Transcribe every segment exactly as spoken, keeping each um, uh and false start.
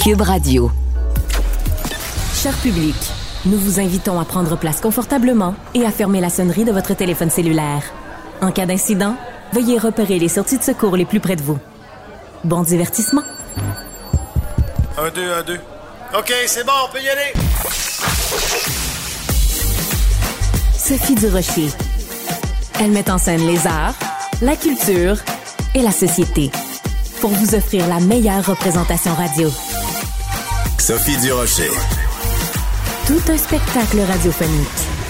Cube Radio. Cher public, nous vous invitons à prendre place confortablement et à fermer la sonnerie de votre téléphone cellulaire. En cas d'incident, veuillez repérer les sorties de secours les plus près de vous. Bon divertissement. Un, deux, un, deux. OK, c'est bon, on peut y aller. Sophie Durocher. Elle met en scène les arts, la culture et la société pour vous offrir la meilleure représentation radio. Sophie Durocher. Tout un spectacle radiophonique.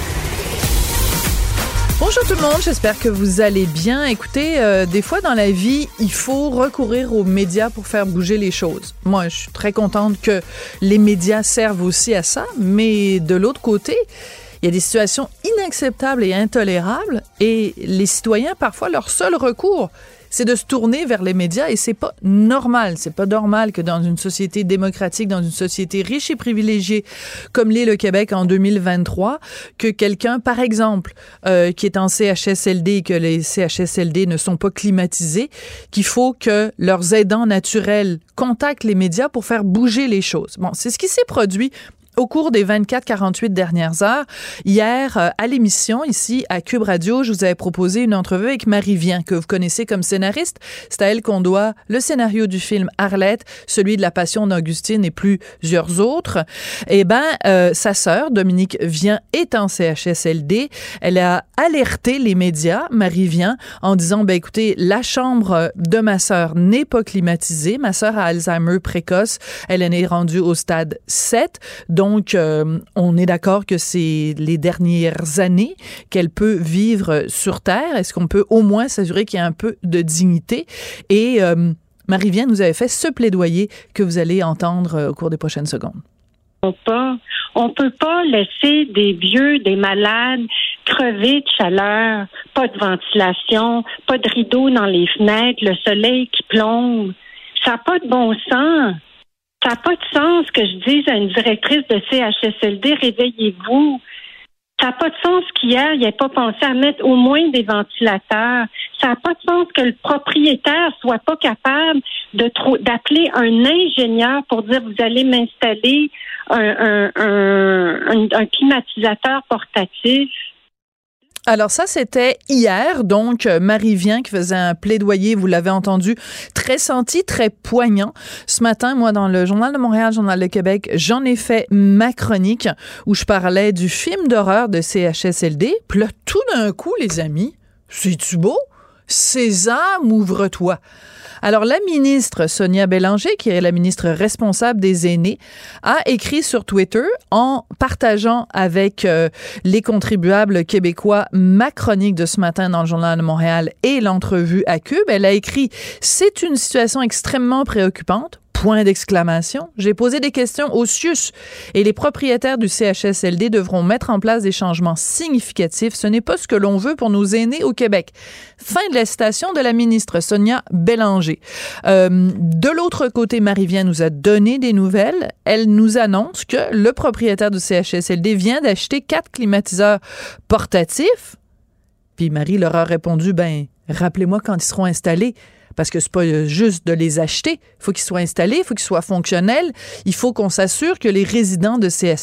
Bonjour tout le monde, j'espère que vous allez bien. Écoutez, euh, des fois dans la vie, il faut recourir aux médias pour faire bouger les choses. Moi, je suis très contente que les médias servent aussi à ça, mais de l'autre côté, il y a des situations inacceptables et intolérables et les citoyens, parfois, leur seul recours, c'est de se tourner vers les médias et c'est pas normal. C'est pas normal que dans une société démocratique, dans une société riche et privilégiée comme l'est le Québec en deux mille vingt-trois, que quelqu'un, par exemple, euh, qui est en C H S L D et que les C H S L D ne sont pas climatisés, qu'il faut que leurs aidants naturels contactent les médias pour faire bouger les choses. Bon, c'est ce qui s'est produit au cours des vingt-quatre à quarante-huit dernières heures. Hier, euh, à l'émission, ici, à Cube Radio, je vous avais proposé une entrevue avec Marie Vian, que vous connaissez comme scénariste. C'est à elle qu'on doit le scénario du film Arlette, celui de La Passion d'Augustine et plusieurs autres. Eh ben, euh, sa sœur, Dominique Vian, est en C H S L D. Elle a alerté les médias, Marie Vian, en disant, ben écoutez, la chambre de ma sœur n'est pas climatisée. Ma sœur a Alzheimer précoce. Elle en est rendue au stade sept. Donc, euh, on est d'accord que c'est les dernières années qu'elle peut vivre sur Terre. Est-ce qu'on peut au moins s'assurer qu'il y a un peu de dignité? Et euh, Marie Vian nous avait fait ce plaidoyer que vous allez entendre euh, au cours des prochaines secondes. On peut, on peut pas laisser des vieux, des malades crever de chaleur, pas de ventilation, pas de rideaux dans les fenêtres, le soleil qui plombe. Ça n'a pas de bon sens. Ça n'a pas de sens que je dise à une directrice de C H S L D, réveillez-vous. Ça n'a pas de sens qu'hier, il n'ait pas pensé à mettre au moins des ventilateurs. Ça n'a pas de sens que le propriétaire soit pas capable de trop, d'appeler un ingénieur pour dire, vous allez m'installer un, un, un, un, un climatisateur portatif. Alors ça, c'était hier, donc Marie Vian qui faisait un plaidoyer, vous l'avez entendu, très senti, très poignant. Ce matin, moi, dans le Journal de Montréal, Journal de Québec, j'en ai fait ma chronique où je parlais du film d'horreur de C H S L D. Puis là, tout d'un coup, les amis, c'est-tu beau? Sésame, ouvre-toi. Alors, la ministre Sonia Bélanger, qui est la ministre responsable des aînés, a écrit sur Twitter, en partageant avec euh, les contribuables québécois ma chronique de ce matin dans le Journal de Montréal et l'entrevue à Cube. Elle a écrit « C'est une situation extrêmement préoccupante ». Point d'exclamation. J'ai posé des questions au C I U S et les propriétaires du C H S L D devront mettre en place des changements significatifs. Ce n'est pas ce que l'on veut pour nos aînés au Québec. Fin de la citation de la ministre Sonia Bélanger. Euh, de l'autre côté, Marie Vian nous a donné des nouvelles. Elle nous annonce que le propriétaire du C H S L D vient d'acheter quatre climatiseurs portatifs. Puis Marie leur a répondu, ben, rappelez-moi quand ils seront installés. Parce que c'est pas juste de les acheter. Il faut qu'ils soient installés, il faut qu'ils soient fonctionnels. Il faut qu'on s'assure que les résidents de C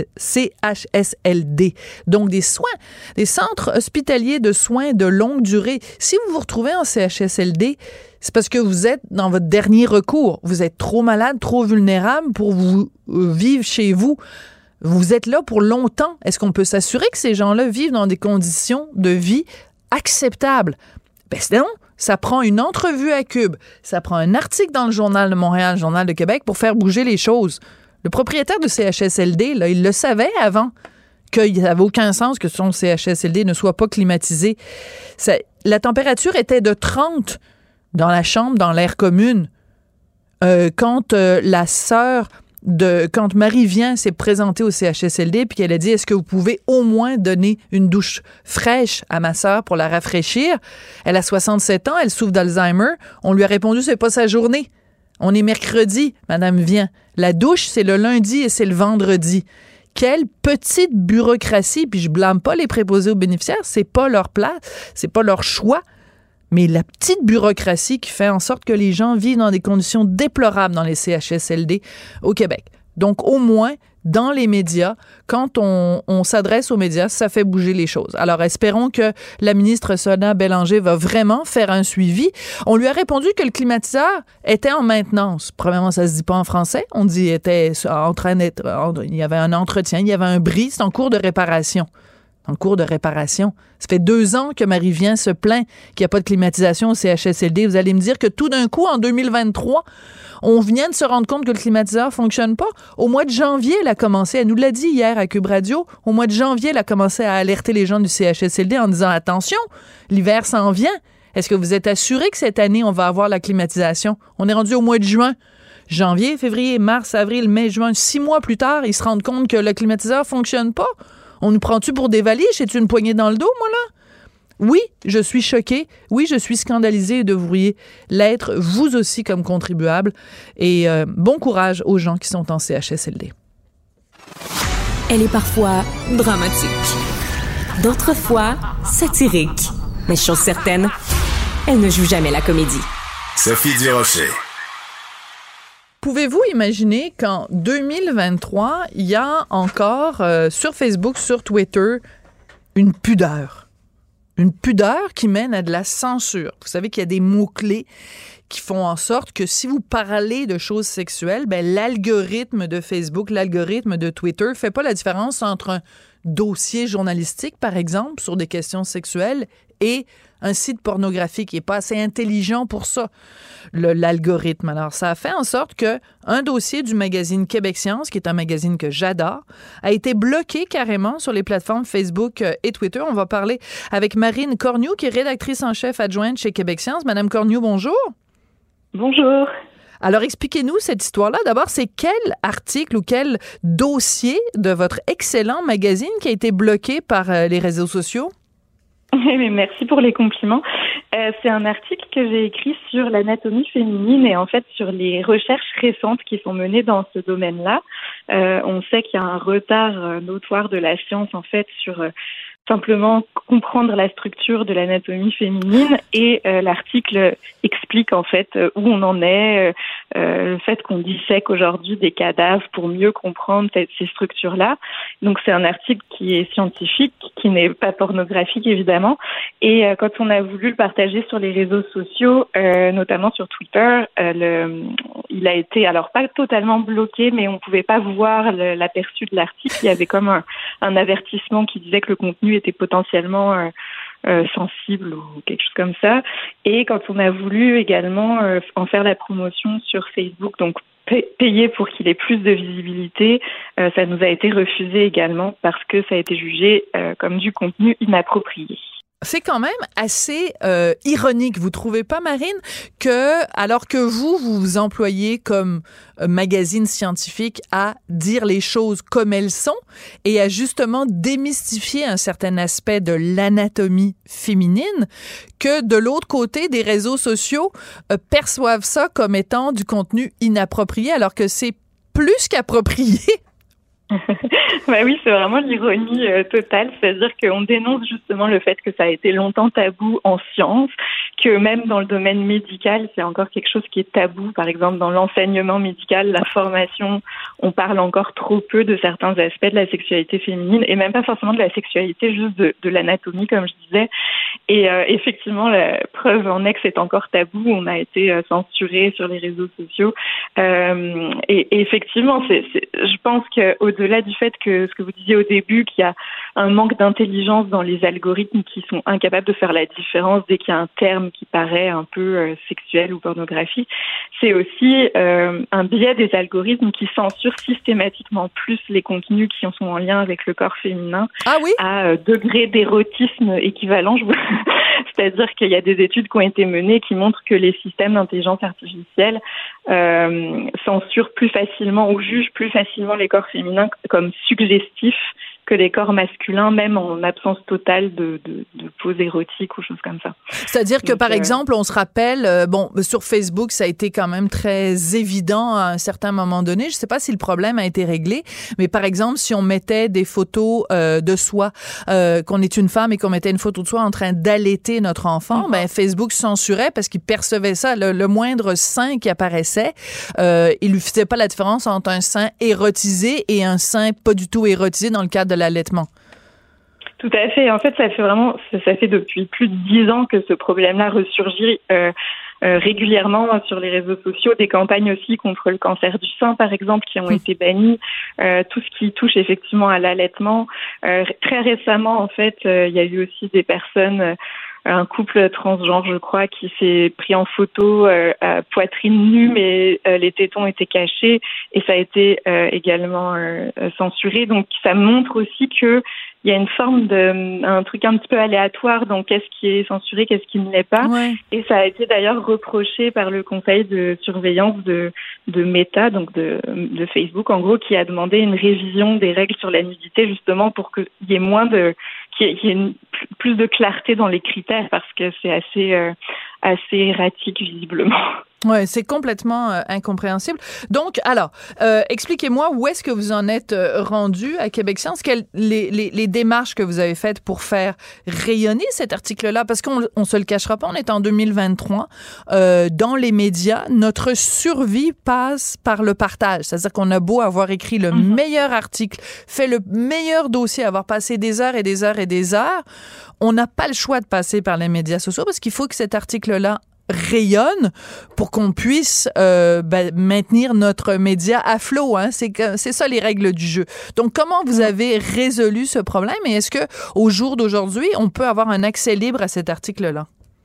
H S L D, donc des soins, des centres hospitaliers de soins de longue durée, si vous vous retrouvez en C H S L D, c'est parce que vous êtes dans votre dernier recours. Vous êtes trop malade, trop vulnérable pour vous euh, vivre chez vous. Vous êtes là pour longtemps. Est-ce qu'on peut s'assurer que ces gens-là vivent dans des conditions de vie acceptables? Ben sinon, ça prend une entrevue à Cube, ça prend un article dans le Journal de Montréal, le Journal de Québec pour faire bouger les choses. Le propriétaire du C H S L D, là, il le savait avant qu'il n'avait aucun sens que son C H S L D ne soit pas climatisé. Ça, la température était de trente dans la chambre, dans l'air commune. Euh, quand euh, la sœur de quand Marie Vian s'est présentée au C H S L D puis qu'elle a dit, est-ce que vous pouvez au moins donner une douche fraîche à ma sœur pour la rafraîchir? Elle a soixante-sept ans, elle souffre d'Alzheimer. On lui a répondu, c'est pas sa journée. On est mercredi, Madame Vian. La douche, c'est le lundi et c'est le vendredi. Quelle petite bureaucratie, puis je blâme pas les préposés aux bénéficiaires, c'est pas leur place, c'est pas leur choix. mais la petite bureaucratie qui fait en sorte que les gens vivent dans des conditions déplorables dans les C H S L D au Québec. Donc, au moins, dans les médias, quand on, on s'adresse aux médias, ça fait bouger les choses. Alors, espérons que la ministre Sonia Bélanger va vraiment faire un suivi. On lui a répondu que le climatiseur était en maintenance. Premièrement, ça se dit pas en français. On dit était en train d'être... Il y avait un entretien, il y avait un bris, c'est en cours de réparation. En cours de réparation. Ça fait deux ans que Marie-Vien se plaint qu'il n'y a pas de climatisation au C H S L D. Vous allez me dire que tout d'un coup, en deux mille vingt-trois, on vient de se rendre compte que le climatiseur ne fonctionne pas. Au mois de janvier, elle a commencé, elle nous l'a dit hier à Cube Radio, au mois de janvier, elle a commencé à alerter les gens du C H S L D en disant « Attention, l'hiver s'en vient. Est-ce que vous êtes assurés que cette année, on va avoir la climatisation? » On est rendu au mois de juin. Janvier, février, mars, avril, mai, juin, six mois plus tard, ils se rendent compte que le climatiseur ne fonctionne pas. On nous prend-tu pour des valises? J'ai-tu une poignée dans le dos, moi, là? Oui, je suis choquée. Oui, je suis scandalisée et devriez l'être, vous aussi, comme contribuable. Et euh, bon courage aux gens qui sont en C H S L D. Elle est parfois dramatique. D'autres fois, satirique. Mais chose certaine, elle ne joue jamais la comédie. Sophie Durocher. Pouvez-vous imaginer qu'en deux mille vingt-trois, il y a encore euh, sur Facebook, sur Twitter, une pudeur? Une pudeur qui mène à de la censure. Vous savez qu'il y a des mots-clés qui font en sorte que si vous parlez de choses sexuelles, ben, l'algorithme de Facebook, l'algorithme de Twitter ne fait pas la différence entre un dossier journalistique, par exemple, sur des questions sexuelles et un site pornographique qui n'est pas assez intelligent pour ça, le, l'algorithme. Alors, ça a fait en sorte que un dossier du magazine Québec Science, qui est un magazine que j'adore, a été bloqué carrément sur les plateformes Facebook et Twitter. On va parler avec Marine Cornoux, qui est rédactrice en chef adjointe chez Québec Science. Madame Cornoux, bonjour. Bonjour. Alors, expliquez-nous cette histoire-là. D'abord, c'est quel article ou quel dossier de votre excellent magazine qui a été bloqué par euh, les réseaux sociaux? Merci pour les compliments. Euh, c'est un article que j'ai écrit sur l'anatomie féminine et en fait sur les recherches récentes qui sont menées dans ce domaine-là. Euh, on sait qu'il y a un retard euh, notoire de la science en fait sur euh, simplement comprendre la structure de l'anatomie féminine et euh, l'article explique en fait euh, où on en est, euh, le fait qu'on dissèque aujourd'hui des cadavres pour mieux comprendre cette, ces structures-là. Donc c'est un article qui est scientifique, qui n'est pas pornographique évidemment. Et euh, quand on a voulu le partager sur les réseaux sociaux, euh, notamment sur Twitter, euh, le, il a été alors pas totalement bloqué, mais on pouvait pas voir le, l'aperçu de l'article. Il y avait comme un, un avertissement qui disait que le contenu était potentiellement euh, euh, sensible ou quelque chose comme ça. Et quand on a voulu également euh, en faire la promotion sur Facebook, donc payer pour qu'il ait plus de visibilité, euh, ça nous a été refusé également parce que ça a été jugé euh, comme du contenu inapproprié. C'est quand même assez euh, ironique, vous trouvez pas, Marine, que alors que vous, vous vous employez comme euh, magazine scientifique à dire les choses comme elles sont et à justement démystifier un certain aspect de l'anatomie féminine, que de l'autre côté des réseaux sociaux euh, perçoivent ça comme étant du contenu inapproprié alors que c'est plus qu'approprié. Bah oui, c'est vraiment l'ironie euh, totale, c'est-à-dire qu'on dénonce justement le fait que ça a été longtemps tabou en science, que même dans le domaine médical, c'est encore quelque chose qui est tabou. Par exemple, dans l'enseignement médical, la formation, on parle encore trop peu de certains aspects de la sexualité féminine et même pas forcément de la sexualité, juste de, de l'anatomie, comme je disais. Et euh, effectivement, la preuve en est que c'est encore tabou. On a été euh, censuré sur les réseaux sociaux. Euh, et, et effectivement, c'est, c'est, je pense qu'au-delà du fait que ce que vous disiez au début, qu'il y a un manque d'intelligence dans les algorithmes qui sont incapables de faire la différence dès qu'il y a un terme qui paraît un peu euh, sexuel ou pornographique, c'est aussi euh, un biais des algorithmes qui censurent systématiquement plus les contenus qui sont en lien avec le corps féminin ah oui? à euh, degré d'érotisme équivalent. Je vous... C'est-à-dire qu'il y a des études qui ont été menées qui montrent que les systèmes d'intelligence artificielle euh, censurent plus facilement ou jugent plus facilement les corps féminins comme suggestifs que les corps masculins, même en absence totale de, de, de pose érotique ou choses comme ça. C'est-à-dire que, Donc, par euh... exemple, on se rappelle, euh, bon, sur Facebook, ça a été quand même très évident à un certain moment donné. Je ne sais pas si le problème a été réglé, mais par exemple, si on mettait des photos euh, de soi, euh, qu'on est une femme et qu'on mettait une photo de soi en train d'allaiter notre enfant, mm-hmm. ben Facebook censurait parce qu'il percevait ça. Le, le moindre sein qui apparaissait, euh, il lui faisait pas la différence entre un sein érotisé et un sein pas du tout érotisé dans le cadre de l'allaitement. Tout à fait. En fait, ça fait vraiment, ça fait depuis plus de dix ans que ce problème-là ressurgit euh, euh, régulièrement sur les réseaux sociaux. Des campagnes aussi contre le cancer du sein, par exemple, qui ont mmh. été bannies. Euh, tout ce qui touche effectivement à l'allaitement. Euh, très récemment, en fait, euh, il y a eu aussi des personnes. Euh, un couple transgenre, je crois, qui s'est pris en photo euh, à poitrine nue, mais euh, les tétons étaient cachés et ça a été euh, également euh, censuré. Donc, ça montre aussi que il y a une forme de, un truc un petit peu aléatoire dans qu'est-ce qui est censuré, qu'est-ce qui ne l'est pas. Ouais. Et ça a été d'ailleurs reproché par le conseil de surveillance de, de Meta, donc de, de Facebook, en gros, qui a demandé une révision des règles sur la nudité, justement, pour qu'il y ait moins de, qu'il y ait, qu'il y ait une, plus de clarté dans les critères, parce que c'est assez, euh, assez erratique, visiblement. Ouais, c'est complètement euh, incompréhensible. Donc, alors, euh, expliquez-moi où est-ce que vous en êtes euh, rendu à Québec Science, quelles les, les, les démarches que vous avez faites pour faire rayonner cet article-là, parce qu'on on se le cachera pas, on est en deux mille vingt-trois, euh, dans les médias, notre survie passe par le partage, c'est-à-dire qu'on a beau avoir écrit le mm-hmm. meilleur article, fait le meilleur dossier, avoir passé des heures et des heures et des heures, on n'a pas le choix de passer par les médias sociaux parce qu'il faut que cet article-là rayonne pour qu'on puisse euh, ben, maintenir notre média à flot. Hein? C'est, c'est ça les règles du jeu. Donc, comment vous avez résolu ce problème et est-ce que au jour d'aujourd'hui, on peut avoir un accès libre à cet article-là?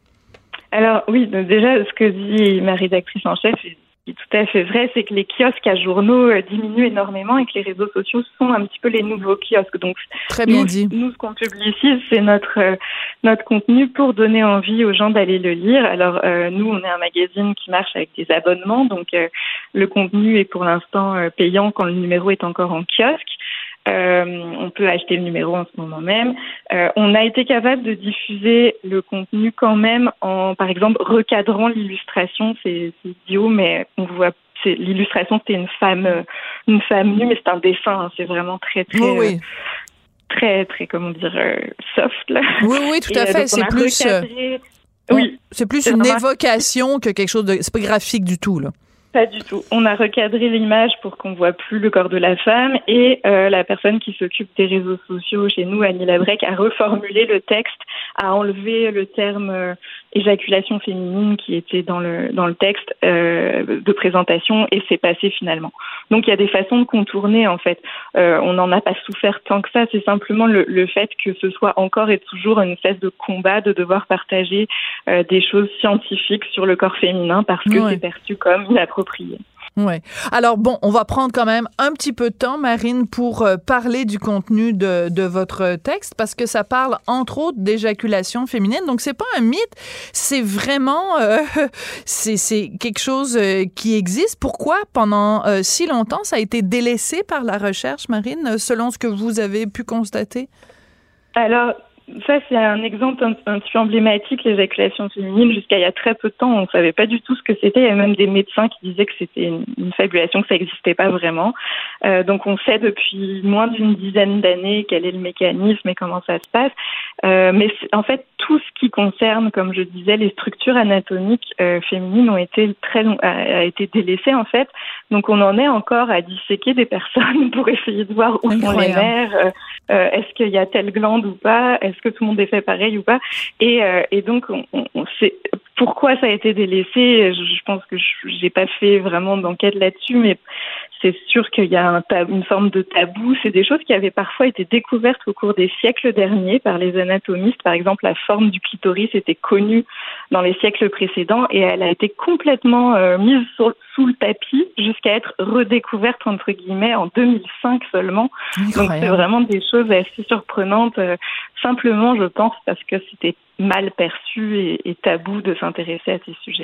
Alors oui, donc déjà, ce que dit ma rédactrice en chef, ce qui est tout à fait vrai, c'est que les kiosques à journaux euh, diminuent énormément et que les réseaux sociaux sont un petit peu les nouveaux kiosques. Donc, très bien nous, dit. Nous, ce qu'on publicise, c'est notre euh, notre contenu pour donner envie aux gens d'aller le lire. Alors, euh, nous, on est un magazine qui marche avec des abonnements, donc euh, le contenu est pour l'instant euh, payant quand le numéro est encore en kiosque. Euh, on peut acheter le numéro en ce moment même. Euh, on a été capable de diffuser le contenu quand même en, par exemple, recadrant l'illustration. C'est, c'est idiot, mais on voit. C'est, l'illustration, c'était une femme, une femme nue, mais c'est un dessin. Hein, c'est vraiment très, très. Oui, oui. Très, très, comment dire, euh, soft, là. Oui, oui, tout à Et, fait. Donc, c'est plus. Recadré... Oui. C'est plus c'est une vraiment... évocation que quelque chose de. C'est pas graphique du tout, là. Pas du tout. On a recadré l'image pour qu'on voit plus le corps de la femme et euh, la personne qui s'occupe des réseaux sociaux chez nous, Annie Labrec, a reformulé le texte, a enlevé le terme euh, éjaculation féminine qui était dans le dans le texte euh, de présentation et c'est passé finalement. Donc il y a des façons de contourner en fait. Euh, on n'en a pas souffert tant que ça. C'est simplement le, le fait que ce soit encore et toujours une espèce de combat de devoir partager euh, des choses scientifiques sur le corps féminin parce que ouais. c'est perçu comme inapproprié. Ouais. Alors bon, on va prendre quand même un petit peu de temps, Marine, pour euh, parler du contenu de, de votre texte, parce que ça parle entre autres d'éjaculation féminine. Donc c'est pas un mythe, c'est vraiment euh, c'est, c'est quelque chose euh, qui existe. Pourquoi pendant euh, si longtemps ça a été délaissé par la recherche, Marine, selon ce que vous avez pu constater? Alors ça, c'est un exemple un, un petit peu emblématique, l'éjaculation féminine. Jusqu'à il y a très peu de temps, on ne savait pas du tout ce que c'était. Il y a même des médecins qui disaient que c'était une, une fabulation, que ça n'existait pas vraiment. Euh, donc, on sait depuis moins d'une dizaine d'années quel est le mécanisme et comment ça se passe. Euh, mais en fait, tout ce qui concerne, comme je disais, les structures anatomiques euh, féminines ont été très a, a été délaissé en fait. Donc, on en est encore à disséquer des personnes pour essayer de voir où Incroyable. sont les nerfs. Euh, euh, est-ce qu'il y a telle glande ou pas? Est-ce que tout le monde est fait pareil ou pas? Et, euh, et donc, on, on sait pourquoi ça a été délaissé. Je, je pense que je, j'ai pas fait vraiment d'enquête là-dessus, mais c'est sûr qu'il y a un tab- une forme de tabou. C'est des choses qui avaient parfois été découvertes au cours des siècles derniers par les anatomistes. Par exemple, la forme du clitoris était connue dans les siècles précédents et elle a été complètement euh, mise sur, sous le tapis jusqu'à être redécouverte, entre guillemets, en deux mille cinq seulement. Incroyable. Donc, c'est vraiment des choses assez surprenantes. Euh, simplement, je pense, parce que c'était mal perçu et, et tabou de s'intéresser à ces sujets-là.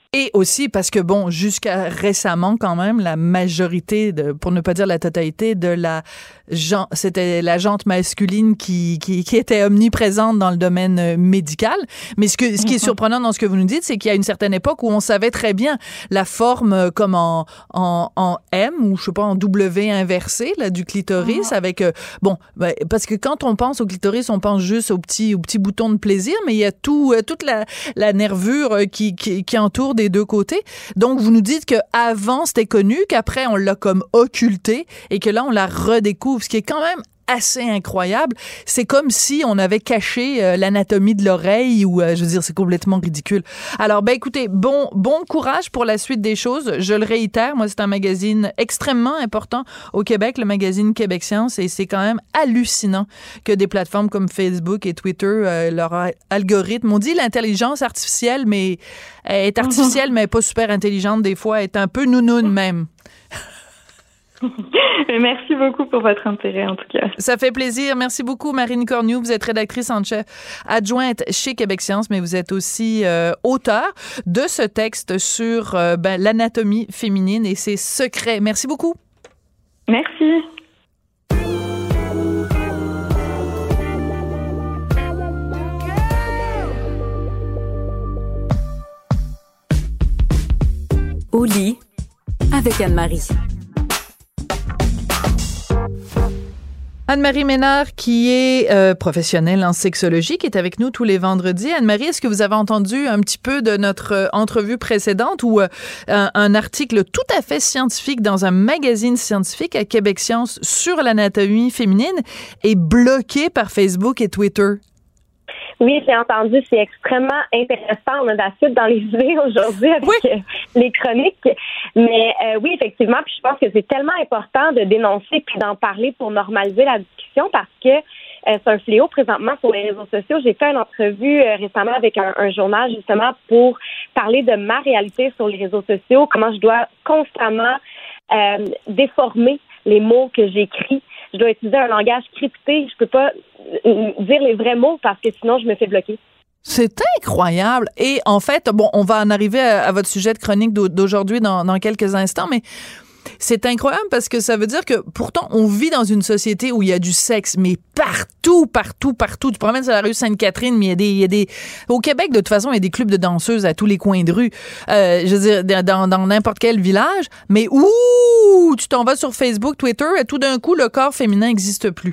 Et aussi parce que, bon, jusqu'à récemment, quand même, la majorité, de, pour ne pas dire la totalité, de la jante, c'était la jante masculine qui, qui, qui était omniprésente dans le domaine médical. Mais ce, que, ce qui est surprenant dans ce que vous nous dites, c'est qu'il y a une certaine époque où on savait très bien la forme comme en, en, en M ou, je sais pas, en W inversé, là, du clitoris, avec, euh, bon, ben, parce que quand on pense au clitoris, on pense juste au petit, au petit bouton de plaisir, mais il y a tout, euh, toute la, la nervure qui, qui, qui entoure des deux côtés. Donc, vous nous dites qu'avant, c'était connu, qu'après, on l'a comme occulté et que là, on la redécouvre, ce qui est quand même assez incroyable. C'est comme si on avait caché euh, l'anatomie de l'oreille ou, euh, je veux dire, c'est complètement ridicule. Alors, ben écoutez, bon, bon courage pour la suite des choses. Je le réitère, moi, c'est un magazine extrêmement important au Québec, le magazine Québec Science, et c'est quand même hallucinant que des plateformes comme Facebook et Twitter, euh, leur algorithme, on dit l'intelligence artificielle, mais elle est artificielle, mais elle est pas super intelligente des fois, elle est un peu nounoune même. Merci beaucoup pour votre intérêt, en tout cas. Ça fait plaisir. Merci beaucoup, Marine Cornu. Vous êtes rédactrice en chef adjointe chez Québec Science, mais vous êtes aussi euh, auteur de ce texte sur euh, ben, l'anatomie féminine et ses secrets. Merci beaucoup. Merci. Au lit avec Anne-Marie. Anne-Marie Ménard, qui est euh, professionnelle en sexologie, qui est avec nous tous les vendredis. Anne-Marie, est-ce que vous avez entendu un petit peu de notre euh, entrevue précédente où euh, un, un article tout à fait scientifique dans un magazine scientifique à Québec Science sur l'anatomie féminine est bloqué par Facebook et Twitter? Oui, j'ai entendu, c'est extrêmement intéressant. On a de la suite dans les idées aujourd'hui avec oui. euh, les chroniques. Mais euh, oui, effectivement, puis je pense que c'est tellement important de dénoncer puis d'en parler pour normaliser la discussion parce que euh, c'est un fléau présentement sur les réseaux sociaux. J'ai fait une entrevue euh, récemment avec un, un journal justement pour parler de ma réalité sur les réseaux sociaux, comment je dois constamment euh, déformer les mots que j'écris. Je dois utiliser un langage crypté. Je peux pas dire les vrais mots parce que sinon, je me fais bloquer. C'est incroyable. Et en fait, bon, on va en arriver à, à votre sujet de chronique d'aujourd'hui dans, dans quelques instants, mais c'est incroyable parce que ça veut dire que pourtant, on vit dans une société où il y a du sexe, mais partout, partout, partout. Tu te promènes sur la rue Sainte-Catherine, mais il y a des, il y a des... Au Québec, de toute façon, il y a des clubs de danseuses à tous les coins de rue. Euh, je veux dire, dans, dans n'importe quel village. Mais ouh, tu t'en vas sur Facebook, Twitter, et tout d'un coup, le corps féminin n'existe plus.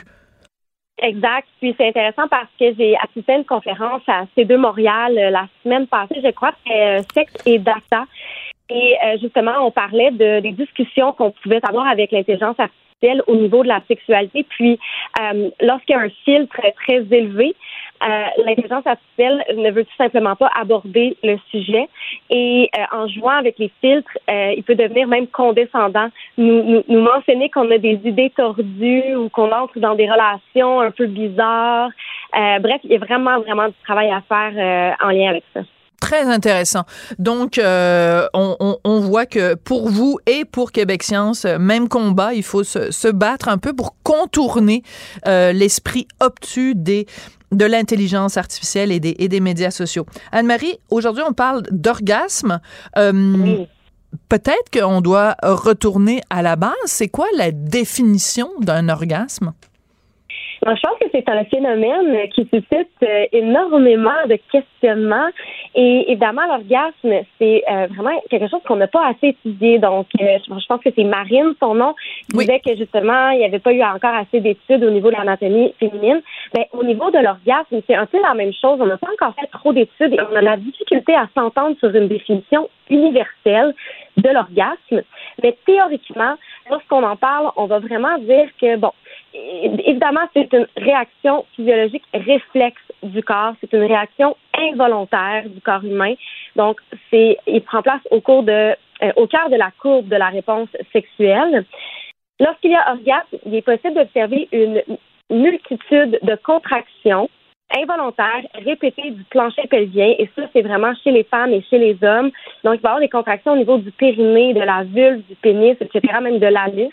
Exact. Puis c'est intéressant parce que j'ai assisté à une conférence à C deux Montréal euh, la semaine passée, je crois, c'était euh, Sexe et Data. Et euh, justement, on parlait de des discussions qu'on pouvait avoir avec l'intelligence artificielle au niveau de la sexualité. Puis, euh, lorsqu'il y a un filtre très élevé, euh, l'intelligence artificielle ne veut tout simplement pas aborder le sujet. Et euh, en jouant avec les filtres, euh, il peut devenir même condescendant, nous, nous, nous mentionner qu'on a des idées tordues ou qu'on entre dans des relations un peu bizarres. Euh, bref, il y a vraiment, vraiment du travail à faire euh, en lien avec ça. Très intéressant. Donc, euh, on, on, on voit que pour vous et pour Québec Science, même combat, il faut se, se battre un peu pour contourner euh, l'esprit obtus des de l'intelligence artificielle et des, et des médias sociaux. Anne-Marie, aujourd'hui, on parle d'orgasme. Euh, oui. Peut-être qu'on doit retourner à la base. C'est quoi la définition d'un orgasme? Donc, je pense que c'est un phénomène qui suscite euh, énormément de questionnements. Et évidemment, l'orgasme, c'est euh, vraiment quelque chose qu'on n'a pas assez étudié. Donc, euh, je pense que c'est Marine, son nom, qui oui. disait que justement, il n'y avait pas eu encore assez d'études au niveau de l'anatomie féminine. Mais au niveau de l'orgasme, c'est un peu la même chose. On n'a pas encore fait trop d'études et on a la difficulté à s'entendre sur une définition universelle de l'orgasme. Mais théoriquement, lorsqu'on en parle, on va vraiment dire que, bon, évidemment, c'est une réaction physiologique réflexe du corps. C'est une réaction involontaire du corps humain. Donc, c'est, il prend place au cours de, euh, au cœur de la courbe de la réponse sexuelle. Lorsqu'il y a orgasme, il est possible d'observer une multitude de contractions involontaires répétées du plancher pelvien. Et ça, c'est vraiment chez les femmes et chez les hommes. Donc, il va y avoir des contractions au niveau du périnée, de la vulve, du pénis, et cetera, même de l'anus.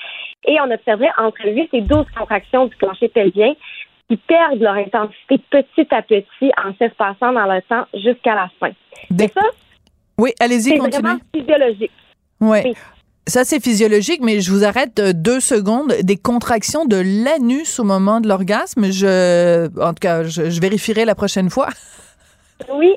Et on observerait entre huit et douze contractions du plancher pelvien qui perdent leur intensité petit à petit en s'espaçant dans le temps jusqu'à la fin. Des, et ça, Oui, allez-y, c'est continuez. vraiment physiologique. Ouais. Oui. Ça, c'est physiologique, mais je vous arrête deux secondes. Des contractions de l'anus au moment de l'orgasme, je, en tout cas, je, je vérifierai la prochaine fois. Oui.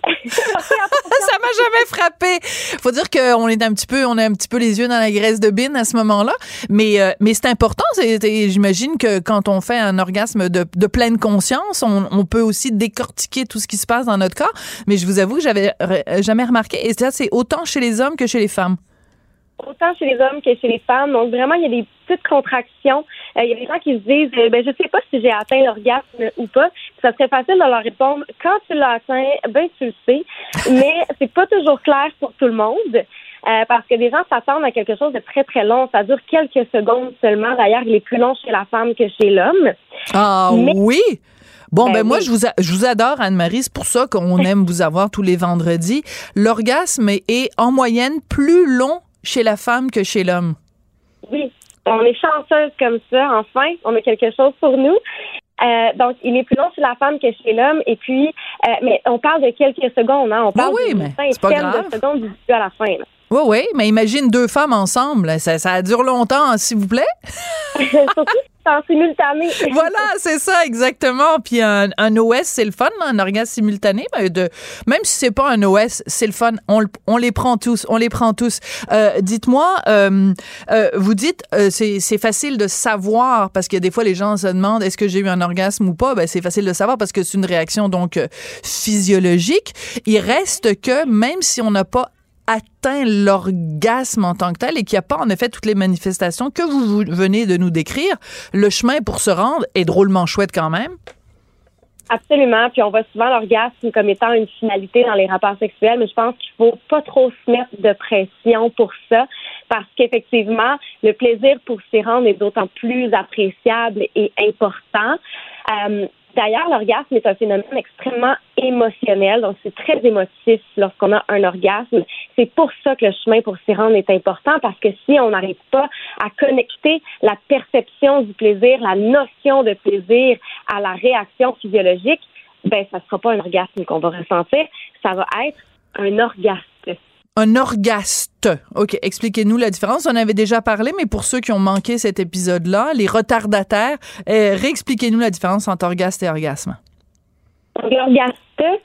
Ça m'a jamais frappé. Faut dire qu'on est un petit peu, on a un petit peu les yeux dans la graisse de bine à ce moment-là. Mais, euh, mais c'est important. C'est, c'est, j'imagine que quand on fait un orgasme de, de pleine conscience, on, on peut aussi décortiquer tout ce qui se passe dans notre corps. Mais je vous avoue que j'avais jamais remarqué. Et ça, c'est autant chez les hommes que chez les femmes. Autant chez les hommes que chez les femmes. Donc, vraiment, il y a des petites contractions. Euh, il y a des gens qui se disent, euh, ben, je sais pas si j'ai atteint l'orgasme ou pas. Ça serait facile de leur répondre, quand tu l'as atteint, ben, tu le sais. Mais c'est pas toujours clair pour tout le monde. Euh, parce que des gens s'attendent à quelque chose de très, très long. Ça dure quelques secondes seulement. D'ailleurs, il est plus long chez la femme que chez l'homme. Ah, mais, oui? Bon, ben, ben moi, oui. je vous, a, je vous adore, Anne-Marie. C'est pour ça qu'on aime vous avoir tous les vendredis. L'orgasme est en moyenne plus long chez la femme que chez l'homme. Oui, on est chanceuse comme ça. Enfin, on a quelque chose pour nous. Euh, donc, il est plus long chez la femme que chez l'homme. Et puis, euh, mais on parle de quelques secondes. Hein? On parle oui, oui, de mais c'est pas grave. de secondes du début à la fin. Là. Oui, oui, mais imagine deux femmes ensemble. Ça, ça dure longtemps, s'il vous plaît. Surtout si c'est en simultané. Voilà, c'est ça, exactement. Puis un, un O S, c'est le fun, un orgasme simultané. Ben de, même si c'est pas un O S, c'est le fun. On, on les prend tous, on les prend tous. Euh, dites-moi, euh, euh, vous dites, euh, c'est, c'est facile de savoir, parce que des fois, les gens se demandent, est-ce que j'ai eu un orgasme ou pas? Ben, c'est facile de savoir parce que c'est une réaction, donc, euh, physiologique. Il reste que, même si on n'a pas atteint l'orgasme en tant que tel et qu'il n'y a pas en effet toutes les manifestations que vous, vous venez de nous décrire, le chemin pour se rendre est drôlement chouette quand même. Absolument. Puis on voit souvent l'orgasme comme étant une finalité dans les rapports sexuels, mais je pense qu'il faut pas trop se mettre de pression pour ça, parce qu'effectivement, le plaisir pour s'y rendre est d'autant plus appréciable et important. Euh, D'ailleurs, l'orgasme est un phénomène extrêmement émotionnel, donc c'est très émotif lorsqu'on a un orgasme. C'est pour ça que le chemin pour s'y rendre est important, parce que si on n'arrive pas à connecter la perception du plaisir, la notion de plaisir à la réaction physiologique, ben ça ne sera pas un orgasme qu'on va ressentir, ça va être un orgasme. Un orgaste. OK, expliquez-nous la différence. On avait déjà parlé, mais pour ceux qui ont manqué cet épisode-là, les retardataires, euh, réexpliquez-nous la différence entre orgaste et orgasme. L'orgaste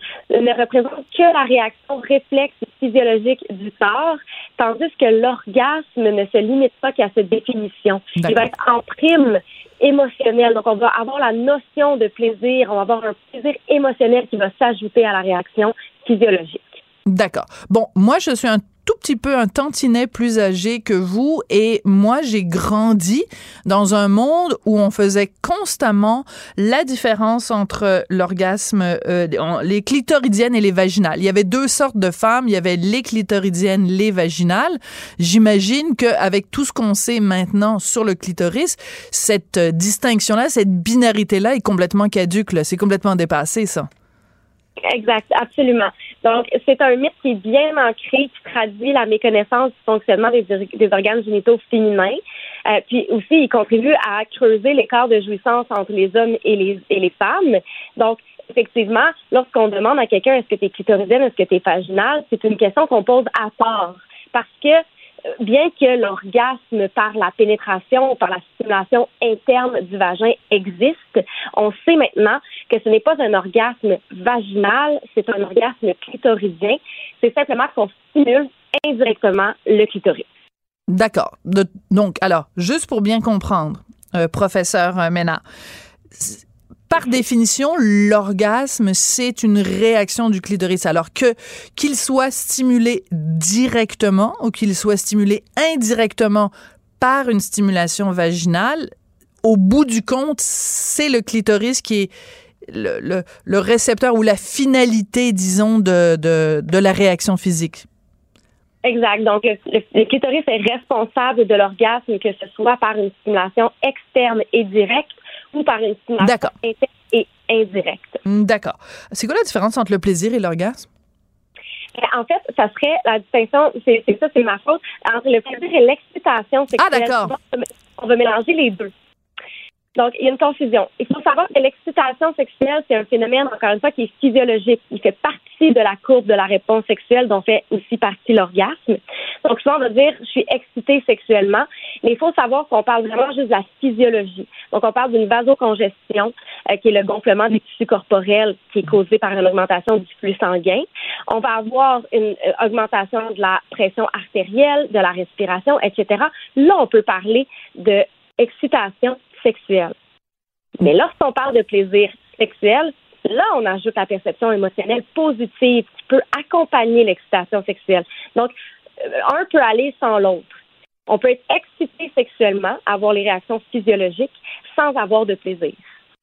ne représente que la réaction réflexe physiologique du corps, tandis que l'orgasme ne se limite pas qu'à cette définition. D'accord. Il va être en prime émotionnelle. Donc, on va avoir la notion de plaisir, on va avoir un plaisir émotionnel qui va s'ajouter à la réaction physiologique. D'accord. Bon, moi, je suis un tout petit peu un tantinet plus âgé que vous et moi, j'ai grandi dans un monde où on faisait constamment la différence entre l'orgasme, euh, les clitoridiennes et les vaginales. Il y avait deux sortes de femmes. Il y avait les clitoridiennes, les vaginales. J'imagine qu'avec tout ce qu'on sait maintenant sur le clitoris, cette distinction-là, cette binarité-là est complètement caduque, là. C'est complètement dépassé, ça. Exact, absolument. Donc, c'est un mythe qui est bien ancré, qui traduit la méconnaissance du fonctionnement des, des organes génitaux féminins. Euh, puis aussi, il contribue à creuser l'écart de jouissance entre les hommes et les, et les femmes. Donc, effectivement, lorsqu'on demande à quelqu'un est-ce que tu es clitoridienne, est-ce que tu es vaginale, c'est une question qu'on pose à part. Parce que bien que l'orgasme par la pénétration ou par la stimulation interne du vagin existe, on sait maintenant que ce n'est pas un orgasme vaginal, c'est un orgasme clitoridien. C'est simplement qu'on stimule indirectement le clitoris. D'accord. De, donc, alors, juste pour bien comprendre, euh, professeur Ménard, par définition, l'orgasme, c'est une réaction du clitoris. Alors que qu'il soit stimulé directement ou qu'il soit stimulé indirectement par une stimulation vaginale, au bout du compte, c'est le clitoris qui est le, le, le récepteur ou la finalité, disons, de, de, de la réaction physique. Exact. Donc, le, le, le clitoris est responsable de l'orgasme, que ce soit par une stimulation externe et directe ou par une stimulation D'accord. interne et indirecte. D'accord. C'est quoi la différence entre le plaisir et l'orgasme? En fait, ça serait la distinction, c'est, c'est ça, c'est ma faute, entre le plaisir et l'excitation. C'est ah, d'accord. On va mélanger les deux. Donc, il y a une confusion. Il faut savoir que l'excitation sexuelle, c'est un phénomène, encore une fois, qui est physiologique. Il fait partie de la courbe de la réponse sexuelle dont fait aussi partie l'orgasme. Donc, souvent, on va dire, je suis excitée sexuellement, mais il faut savoir qu'on parle vraiment juste de la physiologie. Donc, on parle d'une vasocongestion, euh, qui est le gonflement des tissus corporels qui est causé par une augmentation du flux sanguin. On va avoir une euh, augmentation de la pression artérielle, de la respiration, et cetera. Là, on peut parler de excitation sexuelle. Mais lorsqu'on parle de plaisir sexuel, là, on ajoute la perception émotionnelle positive qui peut accompagner l'excitation sexuelle. Donc, un peut aller sans l'autre. On peut être excité sexuellement, avoir les réactions physiologiques, sans avoir de plaisir.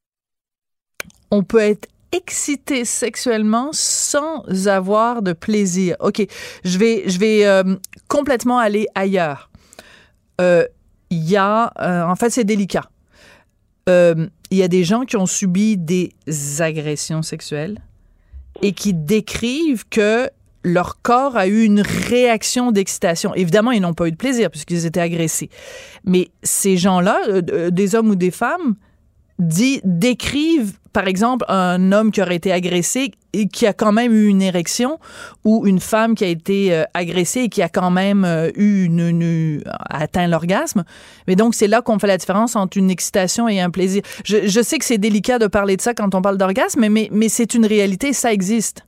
On peut être excité sexuellement sans avoir de plaisir. OK, je vais, je vais euh, complètement aller ailleurs. Il euh, y a... Euh, en fait, c'est délicat. Il euh, y a des gens qui ont subi des agressions sexuelles et qui décrivent que leur corps a eu une réaction d'excitation. Évidemment, ils n'ont pas eu de plaisir puisqu'ils étaient agressés. Mais ces gens-là, euh, des hommes ou des femmes, dit, décrivent, par exemple, un homme qui aurait été agressé et qui a quand même eu une érection, ou une femme qui a été euh, agressée et qui a quand même euh, eu une, une, atteint l'orgasme. Mais donc, c'est là qu'on fait la différence entre une excitation et un plaisir. Je, je sais que c'est délicat de parler de ça quand on parle d'orgasme, mais, mais c'est une réalité, ça existe.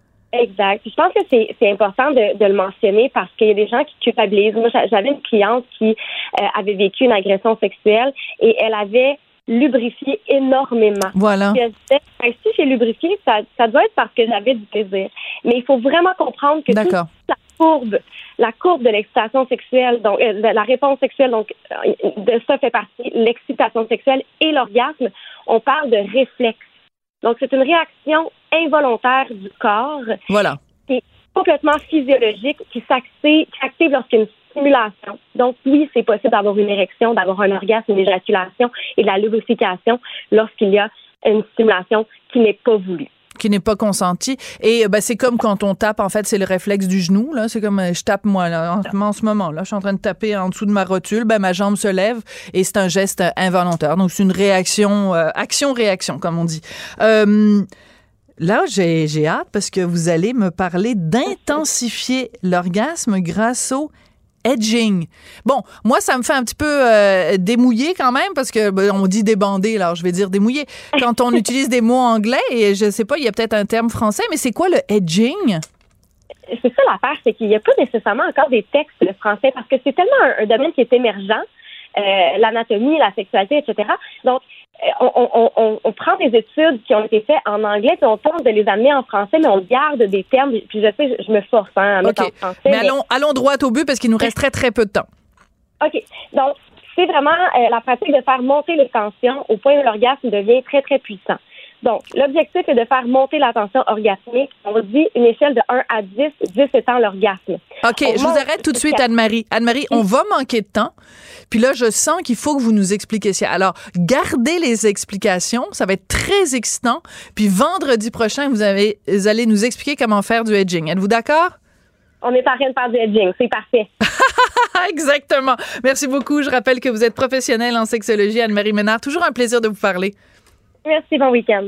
Exact. Puis je pense que c'est, c'est important de, de le mentionner parce qu'il y a des gens qui culpabilisent. Moi, j'avais une cliente qui euh, avait vécu une agression sexuelle et elle avait lubrifié énormément. Voilà. Puis elle disait, ben, si j'ai lubrifié, ça, ça doit être parce que j'avais du plaisir. Mais il faut vraiment comprendre que toute la courbe, la courbe de l'excitation sexuelle, donc euh, de la réponse sexuelle, donc euh, de ça fait partie l'excitation sexuelle et l'orgasme. On parle de réflexe. Donc, c'est une réaction involontaire du corps voilà. qui est complètement physiologique, qui s'active, qui s'active lorsqu'il y a une stimulation. Donc, oui, c'est possible d'avoir une érection, d'avoir un orgasme, une éjaculation et de la lubrification lorsqu'il y a une stimulation qui n'est pas voulue. Qui n'est pas consentie. Et ben, c'est comme quand on tape, en fait, c'est le réflexe du genou. Là. C'est comme, je tape moi, là, en, en ce moment. Là, je suis en train de taper en dessous de ma rotule. Ben, ma jambe se lève et c'est un geste involontaire. Donc, c'est une réaction, euh, action-réaction, comme on dit. Euh, là, j'ai, j'ai hâte parce que vous allez me parler d'intensifier l'orgasme grâce au edging. Bon, moi, ça me fait un petit peu euh, démouiller quand même parce que ben, on dit débander, alors je vais dire démouiller. Quand on utilise des mots anglais, et je sais pas, il y a peut-être un terme français, mais c'est quoi le edging? C'est ça l'affaire, c'est qu'il n'y a pas nécessairement encore des textes de français parce que c'est tellement un, un domaine qui est émergent, euh, l'anatomie, la sexualité, et cetera. Donc, On, on, on, on prend des études qui ont été faites en anglais puis on tente de les amener en français, mais on garde des termes. Puis je sais, je, je me force hein, à mettre okay. en français. Mais, mais allons, allons droit au but parce qu'il nous reste très, très peu de temps. OK. Donc, c'est vraiment euh, la pratique de faire monter les tensions au point où l'orgasme devient très, très puissant. Donc, l'objectif est de faire monter la tension orgasmique. On dit une échelle de un à dix, dix étant l'orgasme. OK, on je vous arrête tout de suite, Anne-Marie. Anne-Marie, on va manquer de temps. Puis là, je sens qu'il faut que vous nous expliquiez ça. Alors, gardez les explications. Ça va être très excitant. Puis vendredi prochain, vous, avez, vous allez nous expliquer comment faire du edging. Êtes-vous d'accord? On est en train de faire du edging. C'est parfait. Exactement. Merci beaucoup. Je rappelle que vous êtes professionnelle en sexologie, Anne-Marie Ménard. Toujours un plaisir de vous parler. Merci, bon week-end.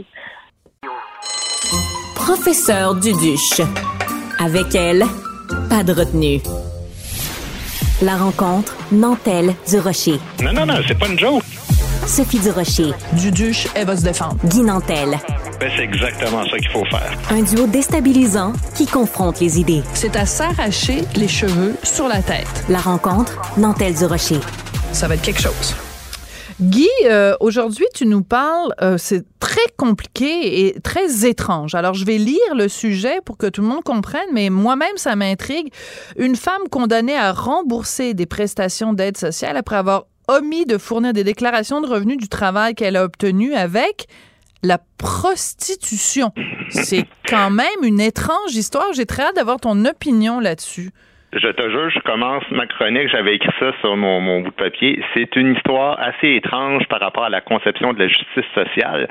Professeur Duduche. Avec elle, pas de retenue. La rencontre Nantel-Durocher. Non, non, non, c'est pas une joke. Sophie Durocher. Duduche, elle va se défendre. Guy Nantel. Ben, c'est exactement ça qu'il faut faire. Un duo déstabilisant qui confronte les idées. C'est à s'arracher les cheveux sur la tête. La rencontre Nantel-Durocher. Ça va être quelque chose. Guy, euh, aujourd'hui, tu nous parles, euh, c'est très compliqué et très étrange. Alors, je vais lire le sujet pour que tout le monde comprenne, mais moi-même, ça m'intrigue. Une femme condamnée à rembourser des prestations d'aide sociale après avoir omis de fournir des déclarations de revenus du travail qu'elle a obtenu avec la prostitution. C'est quand même une étrange histoire. J'ai très hâte d'avoir ton opinion là-dessus. Je te jure, je commence ma chronique, j'avais écrit ça sur mon, mon bout de papier. C'est une histoire assez étrange par rapport à la conception de la justice sociale.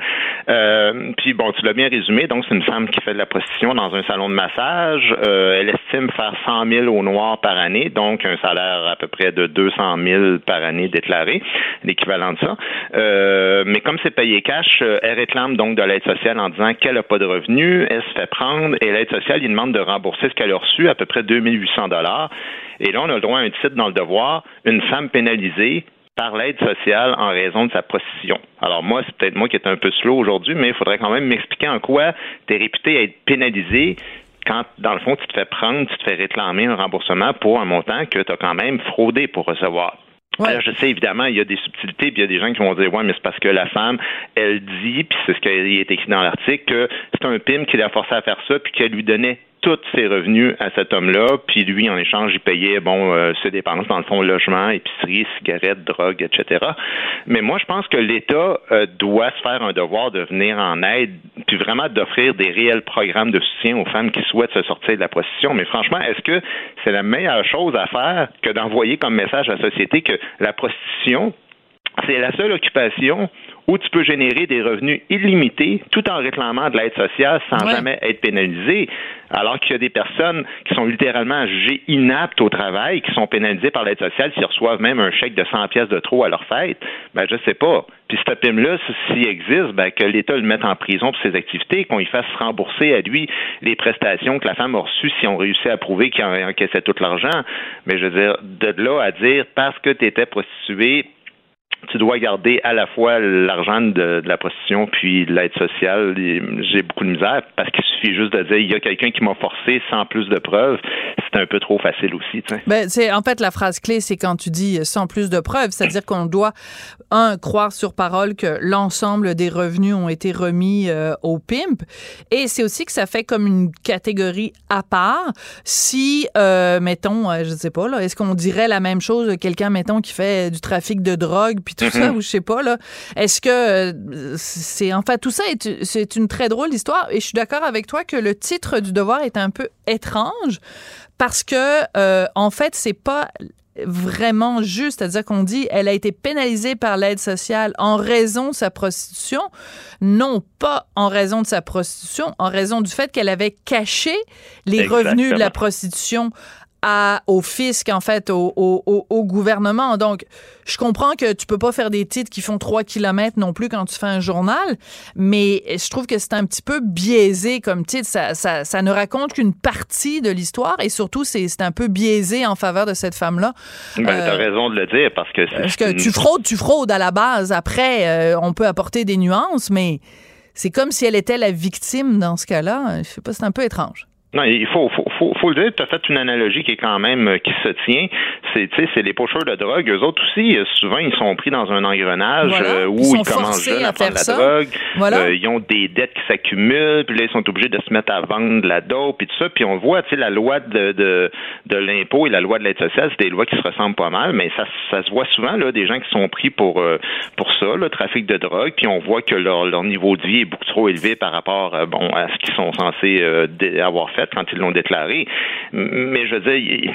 Euh, puis bon, tu l'as bien résumé, donc c'est une femme qui fait de la prostitution dans un salon de massage. Euh, elle estime faire cent mille au noir par année, donc un salaire à peu près de deux cent mille par année déclaré, l'équivalent de ça. Euh, mais comme c'est payé cash, elle réclame donc de l'aide sociale en disant qu'elle n'a pas de revenus, elle se fait prendre et l'aide sociale lui demande de rembourser ce qu'elle a reçu, à peu près deux mille huit cents dollars. Et là, on a le droit à un titre dans le devoir, une femme pénalisée par l'aide sociale en raison de sa prostitution. Alors moi, c'est peut-être moi qui est un peu slow aujourd'hui, mais il faudrait quand même m'expliquer en quoi tu es réputé à être pénalisé quand, dans le fond, tu te fais prendre, tu te fais réclamer un remboursement pour un montant que tu as quand même fraudé pour recevoir. Ouais. Alors, je sais, évidemment, il y a des subtilités, puis il y a des gens qui vont dire, ouais, mais c'est parce que la femme, elle dit, puis c'est ce qui est écrit dans l'article, que c'est un pimp qui l'a forcé à faire ça, puis qu'elle lui donnait tous ses revenus à cet homme-là, puis lui, en échange, il payait, bon, euh, ses dépenses, dans le fond, logement, épicerie, cigarettes, drogue, et cetera. Mais moi, je pense que l'État euh, doit se faire un devoir de venir en aide, puis vraiment d'offrir des réels programmes de soutien aux femmes qui souhaitent se sortir de la prostitution. Mais franchement, est-ce que c'est la meilleure chose à faire que d'envoyer comme message à la société que la prostitution, c'est la seule occupation où tu peux générer des revenus illimités tout en réclamant de l'aide sociale sans ouais. jamais être pénalisé, alors qu'il y a des personnes qui sont littéralement jugées inaptes au travail, qui sont pénalisées par l'aide sociale, s'ils reçoivent même un chèque de cent pièces de trop à leur fête, ben je sais pas. Puis ce P I M-là, s'il existe, ben que l'État le mette en prison pour ses activités, qu'on lui fasse rembourser à lui les prestations que la femme a reçues si on réussit à prouver qu'il encaissait tout l'argent. Mais je veux dire, de là à dire, parce que tu étais prostituée, tu dois garder à la fois l'argent de, de la prostitution puis de l'aide sociale. J'ai beaucoup de misère parce qu'il suffit juste de dire il y a quelqu'un qui m'a forcé sans plus de preuves. C'est un peu trop facile aussi. T'sais. Ben, c'est, en fait, la phrase clé, c'est quand tu dis sans plus de preuves, c'est-à-dire qu'on doit, un, croire sur parole que l'ensemble des revenus ont été remis euh, au pimp. Et c'est aussi que ça fait comme une catégorie à part. Si, euh, mettons, euh, je sais pas, là, est-ce qu'on dirait la même chose de quelqu'un, mettons, qui fait du trafic de drogue puis tout mm-hmm. ça, ou je sais pas, là. Est-ce que euh, c'est, enfin, tout ça est, c'est une très drôle histoire et je suis d'accord avec toi que le titre du devoir est un peu étrange parce que, euh, en fait, c'est pas vraiment juste, c'est-à-dire qu'on dit elle a été pénalisée par l'aide sociale en raison de sa prostitution, non pas en raison de sa prostitution, en raison du fait qu'elle avait caché les Exactement. revenus de la prostitution à, au fisc, en fait, au, au, au gouvernement. Donc, je comprends que tu peux pas faire des titres qui font trois kilomètres non plus quand tu fais un journal, mais je trouve que c'est un petit peu biaisé comme titre. Ça, ça, ça ne raconte qu'une partie de l'histoire et surtout, c'est, c'est un peu biaisé en faveur de cette femme-là. Ben, euh, t'as raison de le dire parce que... Parce que tu fraudes, tu fraudes à la base. Après, euh, on peut apporter des nuances, mais c'est comme si elle était la victime dans ce cas-là. Je sais pas, c'est un peu étrange. Non, il faut, faut, faut, faut le dire. Tu as fait une analogie qui est quand même, qui se tient. C'est, tu sais, c'est les pocheurs de drogue. Eux autres aussi, souvent, ils sont pris dans un engrenage voilà. euh, où ils, ils commencent jeunes à, à prendre la ça. drogue. Voilà. Euh, ils ont des dettes qui s'accumulent. Puis là, ils sont obligés de se mettre à vendre de la dope et tout ça. Puis on voit, tu sais, la loi de, de, de l'impôt et la loi de l'aide sociale, c'est des lois qui se ressemblent pas mal. Mais ça, ça se voit souvent, là, des gens qui sont pris pour, euh, pour ça, le trafic de drogue. Puis on voit que leur, leur niveau de vie est beaucoup trop élevé par rapport, euh, bon, à ce qu'ils sont censés euh, avoir fait quand ils l'ont déclaré. Mais je veux dire,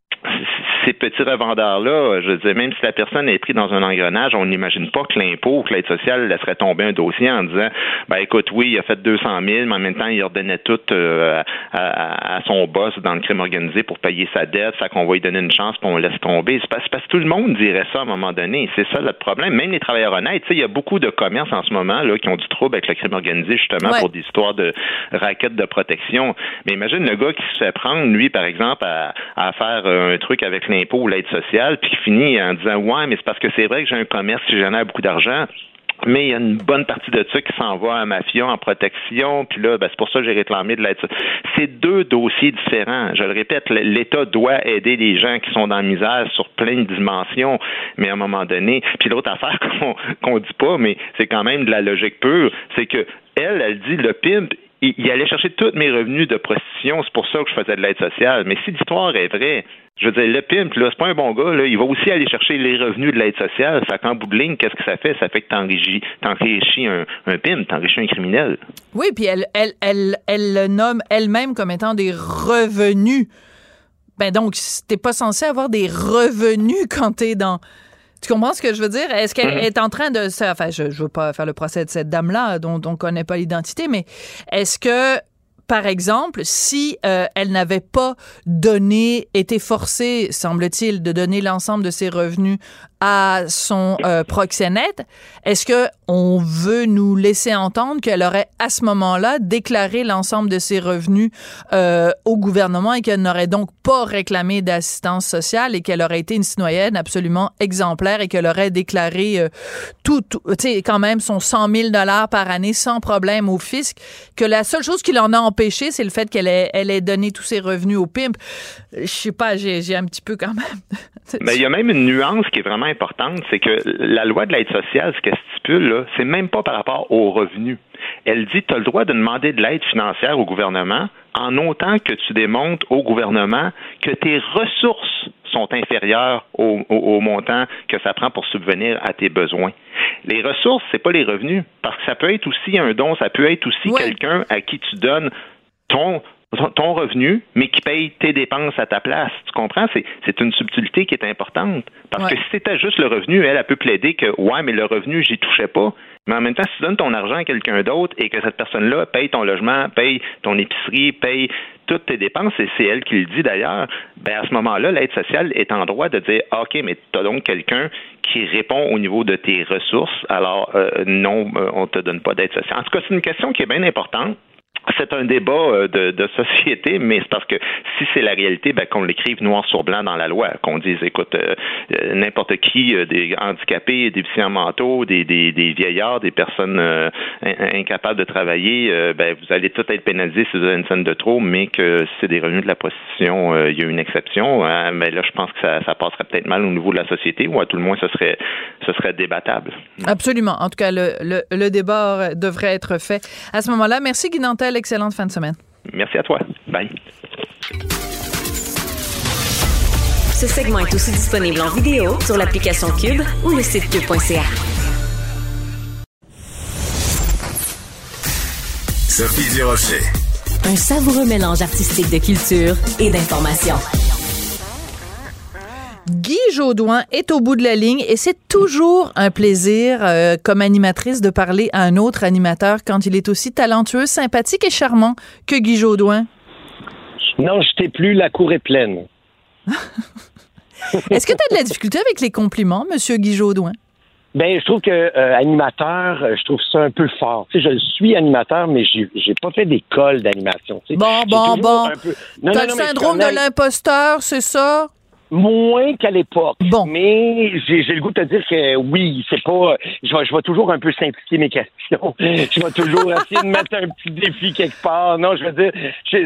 ces petits revendeurs-là, je veux dire, même si la personne est prise dans un engrenage, on n'imagine pas que l'impôt ou que l'aide sociale laisserait tomber un dossier en disant, ben écoute, oui, il a fait deux cent mille, mais en même temps, il redonnait tout euh, à, à son boss dans le crime organisé pour payer sa dette, fait qu'on va lui donner une chance puis on laisse tomber. C'est parce, c'est parce que tout le monde dirait ça à un moment donné. C'est ça le problème. Même les travailleurs honnêtes, tu sais, il y a beaucoup de commerces en ce moment là qui ont du trouble avec le crime organisé justement ouais. pour des histoires de raquettes de protection. Mais imagine le gars qui se fait prendre, lui, par exemple, à, à faire un truc avec l'impôt ou l'aide sociale, puis qui finit en disant « Ouais, mais c'est parce que c'est vrai que j'ai un commerce qui génère beaucoup d'argent. » Mais il y a une bonne partie de ça qui s'en va à mafia en protection, puis là, ben, c'est pour ça que j'ai réclamé de l'aide. C'est deux dossiers différents. Je le répète, l'État doit aider les gens qui sont dans la misère sur plein de dimensions, mais à un moment donné, puis l'autre affaire qu'on qu'on dit pas, mais c'est quand même de la logique pure, c'est que elle, elle dit le pimp, il, il allait chercher tous mes revenus de prostitution, c'est pour ça que je faisais de l'aide sociale. Mais si l'histoire est vraie, je veux dire, le pimp, là, c'est pas un bon gars, là. Il va aussi aller chercher les revenus de l'aide sociale. Ça, qu'en bout de ligne, qu'est-ce que ça fait? Ça fait que t'enrichis, t'enrichis un, un pimp, t'enrichis un criminel. Oui, puis elle, elle, elle, elle le nomme elle-même comme étant des revenus. Ben donc, t'es pas censé avoir des revenus quand t'es dans... Tu comprends ce que je veux dire? Est-ce qu'elle mm-hmm. est en train de... Enfin, je ne veux pas faire le procès de cette dame-là dont, dont on ne connaît pas l'identité, mais est-ce que, par exemple, si euh, elle n'avait pas donné, été forcée, semble-t-il, de donner l'ensemble de ses revenus à son euh, proxénète, est-ce que on veut nous laisser entendre qu'elle aurait, à ce moment-là, déclaré l'ensemble de ses revenus euh, au gouvernement et qu'elle n'aurait donc pas réclamé d'assistance sociale et qu'elle aurait été une citoyenne absolument exemplaire et qu'elle aurait déclaré euh, tout, tout tu sais, quand même son cent mille dollars par année sans problème au fisc, que la seule chose qui l'en a empêché, c'est le fait qu'elle ait, elle ait donné tous ses revenus au pimp. Je sais pas, j'ai, j'ai un petit peu quand même... Mais il y a même une nuance qui est vraiment importante, c'est que la loi de l'aide sociale, ce qu'elle stipule, là, c'est même pas par rapport aux revenus. Elle dit que tu as le droit de demander de l'aide financière au gouvernement en autant que tu démontres au gouvernement que tes ressources sont inférieures au, au, au montant que ça prend pour subvenir à tes besoins. Les ressources, c'est pas les revenus, parce que ça peut être aussi un don, ça peut être aussi ouais. quelqu'un à qui tu donnes ton... ton revenu, mais qui paye tes dépenses à ta place. Tu comprends? C'est, c'est une subtilité qui est importante. Parce ouais. que si c'était juste le revenu, elle, elle peut plaider que, ouais, mais le revenu, j'y touchais pas. Mais en même temps, si tu donnes ton argent à quelqu'un d'autre et que cette personne-là paye ton logement, paye ton épicerie, paye toutes tes dépenses, et c'est elle qui le dit d'ailleurs, ben à ce moment-là, l'aide sociale est en droit de dire, OK, mais tu as donc quelqu'un qui répond au niveau de tes ressources, alors euh, non, euh, on te donne pas d'aide sociale. En tout cas, c'est une question qui est bien importante. C'est un débat de, de société, mais c'est parce que si c'est la réalité, ben, qu'on l'écrive noir sur blanc dans la loi, qu'on dise, écoute, euh, n'importe qui, euh, des handicapés, des déficients mentaux, des, des, des vieillards, des personnes euh, incapables de travailler, euh, ben, vous allez tout être pénalisés si vous avez une scène de trop, mais que si c'est des revenus de la prostitution, euh, il y a une exception, hein, mais là, je pense que ça, ça passerait peut-être mal au niveau de la société, ou à tout le moins, ce serait, ce serait débattable. Absolument. En tout cas, le, le, le débat devrait être fait à ce moment-là. Merci, Guy Nantel. Excellente fin de semaine. Merci à toi. Bye. Ce segment est aussi disponible en vidéo sur l'application Cube ou le site cube point c a. Sophie Durocher. Un savoureux mélange artistique de culture et d'information. Guy Jodoin est au bout de la ligne et c'est toujours un plaisir euh, comme animatrice de parler à un autre animateur quand il est aussi talentueux, sympathique et charmant que Guy Jodoin. Non, je t'ai plus, la cour est pleine. Est-ce que tu as de la difficulté avec les compliments, Monsieur Guy Jodoin? Ben, je trouve que euh, animateur, je trouve ça un peu fort. Tu sais, je suis animateur, mais j'ai, j'ai pas fait d'école d'animation. Tu sais. Bon, bon, bon. Peu... Non, T'as non, le non, syndrome même... de l'imposteur, c'est ça? Moins qu'à l'époque. Bon. Mais j'ai, j'ai le goût de te dire que oui, c'est pas. Je vais, je vais toujours un peu simplifier mes questions. Je vais toujours essayer de mettre un petit défi quelque part. Non, je veux dire, j'ai,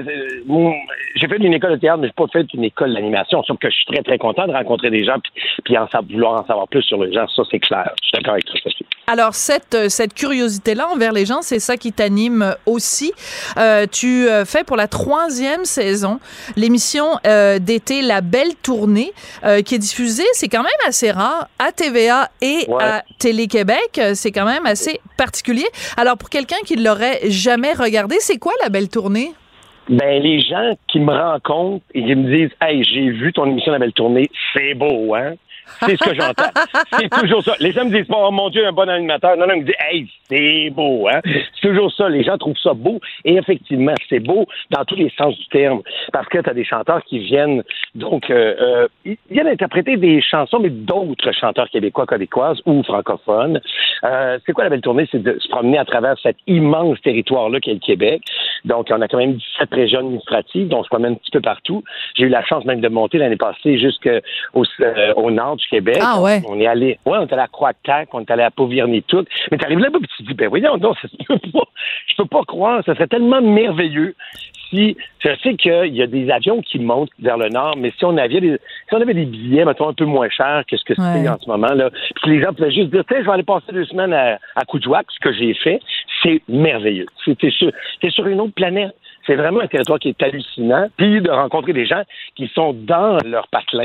j'ai fait une école de théâtre, mais j'ai pas fait une école d'animation. Sauf que je suis très, très content de rencontrer des gens puis, puis en savoir, vouloir en savoir plus sur les gens. Ça, c'est clair. Je suis d'accord avec toi, Sophie. Alors, cette, cette curiosité-là envers les gens, c'est ça qui t'anime aussi. Euh, tu fais pour la troisième saison l'émission euh, d'été La Belle Tournée, euh, qui est diffusée, c'est quand même assez rare, à T V A et ouais. à Télé-Québec. C'est quand même assez particulier. Alors, pour quelqu'un qui ne l'aurait jamais regardé, c'est quoi La Belle Tournée? Ben, les gens qui me rencontrent et qui me disent « Hey, j'ai vu ton émission La Belle Tournée, c'est beau, hein? » C'est ce que j'entends. C'est toujours ça. Les gens me disent pas, oh mon Dieu, un bon animateur. Non, non, ils me disent, hey, c'est beau, hein. C'est toujours ça. Les gens trouvent ça beau. Et effectivement, c'est beau dans tous les sens du terme. Parce que tu as des chanteurs qui viennent, donc, euh, euh, ils viennent interpréter des chansons, mais d'autres chanteurs québécois, québécoises ou francophones. Euh, c'est quoi La Belle Tournée? C'est de se promener à travers cet immense territoire-là qu'est le Québec. Donc, on a quand même dix-sept régions administratives, donc on se promène un petit peu partout. J'ai eu la chance même de monter l'année passée jusqu'au euh, au nord du Québec. Ah ouais? On est allé, ouais, on est allé à Croix-Tac, on est allé à Pauvirny-tout. Mais t'arrives là-bas et tu te dis, ben voyons, non, ça se peut pas. Je peux pas croire, ça serait tellement merveilleux si, je sais qu'il y a des avions qui montent vers le nord, mais si on avait des, si on avait des billets, mettons, un peu moins chers que ce que ouais. c'est en ce moment, là, puis les gens pouvaient juste dire, tiens, je vais aller passer deux semaines à, à Coudjouac, ce que j'ai fait, c'est merveilleux. C'est, t'es sur, t'es sur une autre planète. C'est vraiment un territoire qui est hallucinant. Puis de rencontrer des gens qui sont dans leur patelin,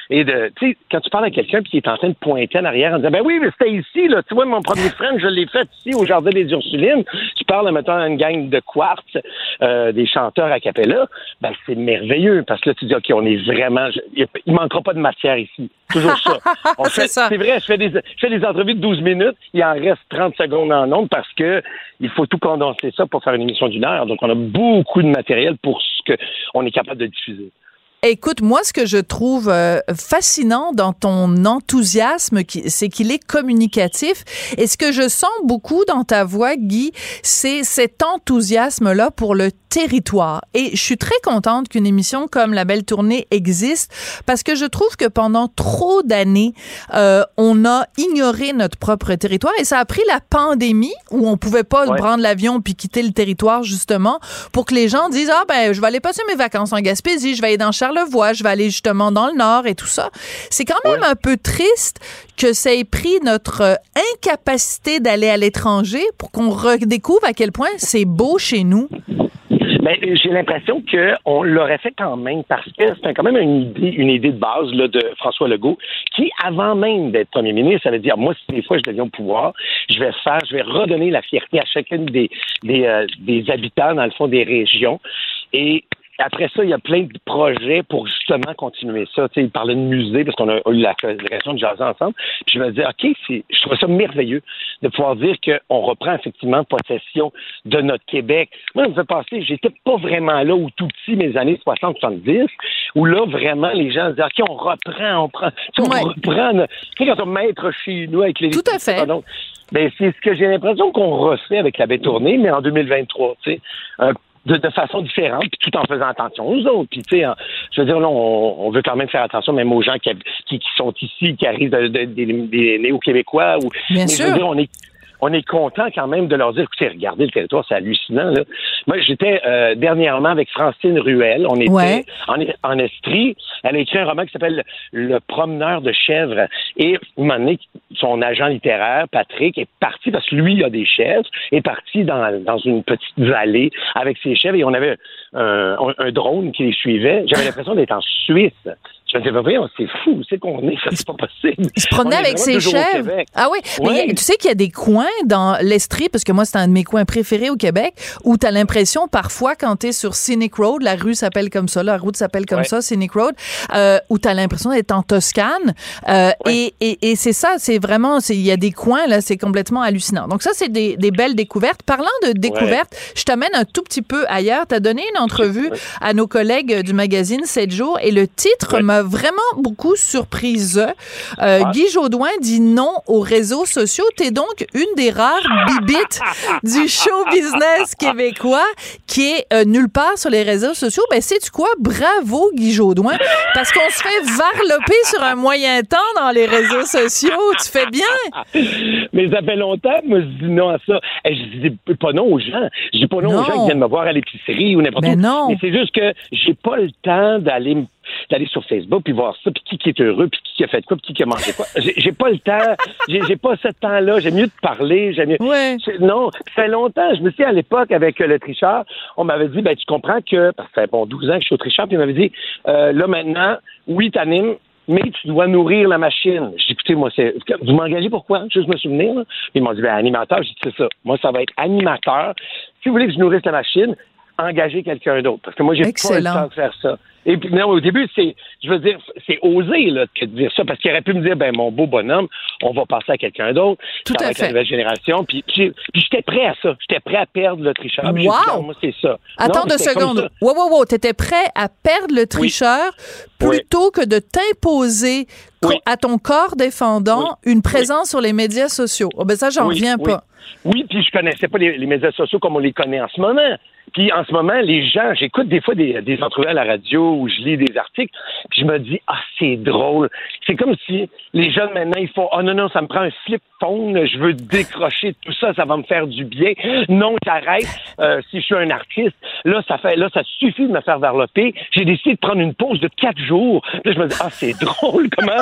Et de, tu sais, quand tu parles à quelqu'un puis qui est en train de pointer en arrière en disant, ben oui, mais c'était ici, là, tu vois, mon premier friend, je l'ai fait ici au Jardin des Ursulines. Tu parles, mettons, à une gang de quartz, euh, des chanteurs a cappella, ben c'est merveilleux, parce que là, tu dis, OK, on est vraiment, je, il, il manquera pas de matière ici. Toujours ça. On fait, c'est, ça. C'est vrai, je fais, des, je fais des entrevues de douze minutes, il en reste trente secondes en nombre parce que il faut tout condenser ça pour faire une émission d'une heure. Donc, on a beaucoup de matériel pour ce qu'on est capable de diffuser. Écoute, moi, ce que je trouve euh, fascinant dans ton enthousiasme, qui, c'est qu'il est communicatif. Et ce que je sens beaucoup dans ta voix, Guy, c'est cet enthousiasme-là pour le territoire. Et je suis très contente qu'une émission comme La Belle Tournée existe parce que je trouve que pendant trop d'années, euh, on a ignoré notre propre territoire et ça a pris la pandémie où on pouvait pas ouais. prendre l'avion puis quitter le territoire, justement, pour que les gens disent « Ah, ben, je vais aller passer mes vacances en Gaspésie, je vais aller dans Charlevoix, je vais aller justement dans le Nord et tout ça. » C'est quand même ouais. un peu triste que ça ait pris notre incapacité d'aller à l'étranger pour qu'on redécouvre à quel point c'est beau chez nous. Ben, j'ai l'impression qu'on l'aurait fait quand même parce que c'est quand même une idée, une idée de base là, de François Legault qui, avant même d'être premier ministre, ça veut dire, moi, si des fois je deviens au pouvoir, je vais faire, je vais redonner la fierté à chacune des, des, euh, des habitants, dans le fond, des régions. Et après ça, il y a plein de projets pour justement continuer ça. Tu sais, il parlait de musée parce qu'on a eu la raison de jaser ensemble. Puis je me disais, OK, c'est, je trouve ça merveilleux de pouvoir dire qu'on reprend effectivement possession de notre Québec. Moi, ça me fait penser, j'étais pas vraiment là au tout petit, mes années soixante soixante-dix, où là, vraiment, les gens disaient, OK, on reprend, on prend, tu sais, on ouais. reprend. Tu sais, quand on maître chez nous avec les... Tout à fait. Donc, ben, c'est ce que j'ai l'impression qu'on refait avec La Belle Tournée, mais en deux mille vingt-trois, tu sais. Euh, De, de façon différente, puis tout en faisant attention aux autres. Puis, tu sais, je veux dire, là, on, on veut quand même faire attention même aux gens qui, qui, qui sont ici, qui arrivent de, de, de, des, des néo-québécois. Ou, Bien mais, sûr. Je veux dire, on est, on est content quand même de leur dire, écoutez, regardez le territoire, c'est hallucinant, là. Moi, j'étais euh, dernièrement avec Francine Ruel. On était ouais. en, en Estrie. Elle a écrit un roman qui s'appelle Le promeneur de chèvres. Et, à un moment donné, son agent littéraire, Patrick, est parti, parce que lui, il a des chèvres, est parti dans, dans une petite vallée avec ses chèvres et on avait un, un, un drone qui les suivait. J'avais l'impression d'être en Suisse. Je me disais, bah, voyons, c'est fou, c'est qu'on est, ça, c'est pas possible. Il se promenait avec ses chèvres. Ah oui, ouais. mais tu sais qu'il y a des coins dans l'Estrie, parce que moi, c'est un de mes coins préférés au Québec, où tu as l'impression, parfois, quand tu es sur Scenic Road, la rue s'appelle comme ça, la route s'appelle comme ouais. ça, Scenic Road, euh, où tu as l'impression d'être en Toscane. Euh, ouais. et, et, et c'est ça, c'est vraiment, il y a des coins, là, c'est complètement hallucinant. Donc ça, c'est des, des belles découvertes. Parlant de découvertes, ouais. je t'amène un tout petit peu ailleurs. Tu as donné une entrevue ouais. à nos collègues du magazine sept jours, et le titre ouais. m'a vraiment beaucoup surprise. Euh, ah. Guy Jodoin dit non aux réseaux sociaux. T'es donc une des rares bibites du show business québécois qui est euh, nulle part sur les réseaux sociaux. Ben, sais-tu quoi? Bravo, Guy Jodoin, parce qu'on se fait varloper sur un moyen temps dans les réseaux sociaux. Tu fais bien. Mais ça fait longtemps, moi, je dis non à ça. Et je dis pas non aux gens. Je dis pas non, non aux gens qui viennent me voir à l'épicerie ou n'importe Mais où. non. Mais c'est juste que j'ai pas le temps d'aller me d'aller sur Facebook puis voir ça, puis qui, qui est heureux, puis qui a fait quoi, puis qui, qui a mangé quoi. J'ai, j'ai pas le temps, j'ai, j'ai pas ce temps-là. J'aime mieux te parler, j'aime mieux... Ouais. Non, ça fait longtemps. Je me suis à l'époque, avec euh, le tricheur, on m'avait dit, ben tu comprends que... Parce que ça fait bon douze ans que je suis au tricheur, puis il m'avait dit, euh, là maintenant, oui, t'animes, mais tu dois nourrir la machine. J'ai dit, écoutez, moi, c'est... Vous m'engagez pourquoi? Juste me souvenir, là. Ils m'ont dit, ben animateur. J'ai dit, c'est ça. Moi, ça va être animateur. Si vous voulez que je nourrisse la machine, engagez quelqu'un d'autre. Parce que moi, j'ai Excellent. pas le temps de faire ça. Et puis, non, au début, c'est, je veux dire, c'est osé, là, de dire ça, parce qu'il aurait pu me dire, ben, mon beau bonhomme, on va passer à quelqu'un d'autre. Tout ça à va être fait. la nouvelle génération. Puis, puis, puis j'étais prêt à ça. J'étais prêt à perdre le tricheur. Puis j'ai dit, non, moi, c'est ça. Attends non, deux secondes. Wow, wow, wow. T'étais prêt à perdre le tricheur oui. plutôt oui. que de t'imposer oui. à ton corps défendant oui. une présence oui. sur les médias sociaux. Oh, ben, ça, j'en oui. reviens oui. pas. Oui, puis je connaissais pas les, les médias sociaux comme on les connaît en ce moment. Puis en ce moment, les gens, j'écoute des fois des, des entrevues à la radio ou je lis des articles, puis je me dis, ah, c'est drôle. C'est comme si les jeunes maintenant, ils font, oh non, non, ça me prend un flip phone, je veux décrocher tout ça, ça va me faire du bien. Non, j'arrête. Euh, si je suis un artiste, là, ça fait, là, ça suffit de me faire varloper. J'ai décidé de prendre une pause de quatre jours. Là, je me dis, ah, c'est drôle, comment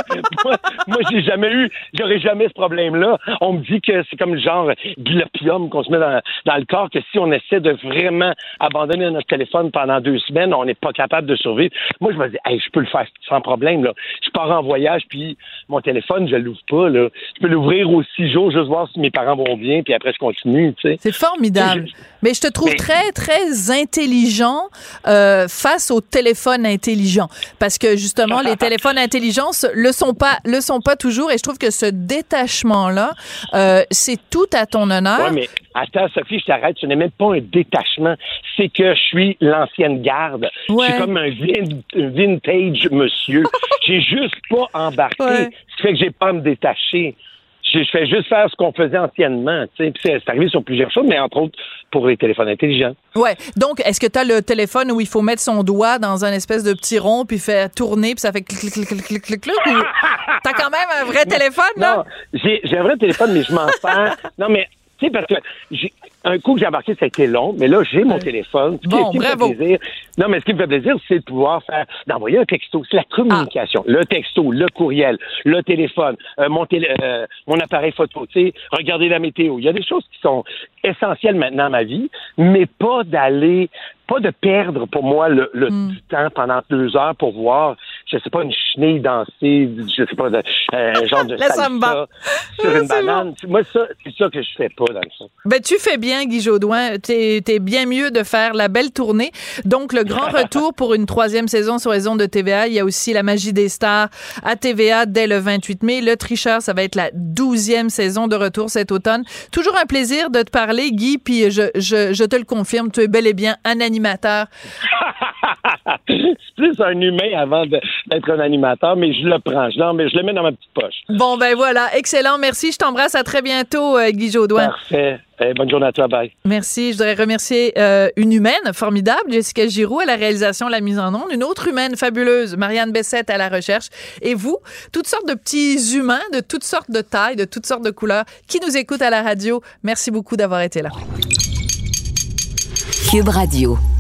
moi, moi, j'ai jamais eu, j'aurais jamais ce problème-là. On me dit que c'est comme le genre de l'opium qu'on se met dans, dans le corps, que si on essaie de vraiment abandonner notre téléphone pendant deux semaines, on n'est pas capable de survivre. Moi, je me dis, hey, je peux le faire sans problème, là. Je pars en voyage, puis mon téléphone, je l'ouvre pas, là. Je peux l'ouvrir aux six jours, juste voir si mes parents vont bien, puis après, je continue, tu sais. C'est formidable. Je, Mais je te trouve mais... très, très intelligent euh, face au téléphone intelligent. Parce que, justement, les téléphones intelligents le sont pas, le sont pas toujours. Et je trouve que ce détachement-là, euh, c'est tout à ton honneur. Oui, mais attends, Sophie, je t'arrête. Ce n'est même pas un détachement. C'est que je suis l'ancienne garde. Ouais. Je suis comme un vin- vintage monsieur. J'ai juste pas embarqué. Ouais. Ce qui fait que j'ai pas à me détacher. Je fais juste faire ce qu'on faisait anciennement. Tu sais, c'est, c'est arrivé sur plusieurs choses, mais entre autres pour les téléphones intelligents. Ouais. Donc, est-ce que tu as le téléphone où il faut mettre son doigt dans un espèce de petit rond puis faire tourner puis ça fait clic, clic, clic, clic, clic, clic, ou t'as quand même un vrai téléphone, là? Non, j'ai, j'ai un vrai téléphone, mais je m'en sers. Non, mais tu sais, parce que j'ai, un coup que j'ai embarqué, ça a été long, mais là, j'ai mon téléphone. Ce bon, qui, ce qui bravo. Me fait plaisir, non, mais ce qui me fait plaisir, c'est de pouvoir faire, d'envoyer un texto. C'est la communication. Ah. Le texto, le courriel, le téléphone, euh, mon, télé, euh, mon appareil photo, tu sais, regarder la météo. Il y a des choses qui sont essentielles maintenant à ma vie, mais pas d'aller, pas de perdre pour moi le, le mm. du temps pendant deux heures pour voir, je sais pas, une chenille danser, je sais pas, de, euh, un genre de salsa sur une banane. Bon. Moi, ça, c'est ça que je fais pas, dans le fond. Ben, tu fais bien, Guy Jodoin. T'es, t'es bien mieux de faire la belle tournée. Donc, le grand retour pour une troisième saison sur les ondes de T V A. Il y a aussi La Magie des stars à T V A dès le vingt-huit mai. Le Tricheur, ça va être la douzième saison de retour cet automne. Toujours un plaisir de te parler, Guy, puis je, je, je te le confirme, tu es bel et bien un animateur. C'est plus un humain avant de, d'être un animateur, mais je le prends. Je, non, mais je le mets dans ma petite poche. Bon, ben voilà. Excellent. Merci. Je t'embrasse. À très bientôt, euh, Guy Jodoin. Parfait. Eh, bonne journée à toi. Bye. Merci. Je voudrais remercier euh, une humaine formidable, Jessica Giroux, à la réalisation, la mise en onde. Une autre humaine fabuleuse, Marianne Bessette, à la recherche. Et vous, toutes sortes de petits humains, de toutes sortes de tailles, de toutes sortes de couleurs, qui nous écoutent à la radio. Merci beaucoup d'avoir été là. Cube Radio.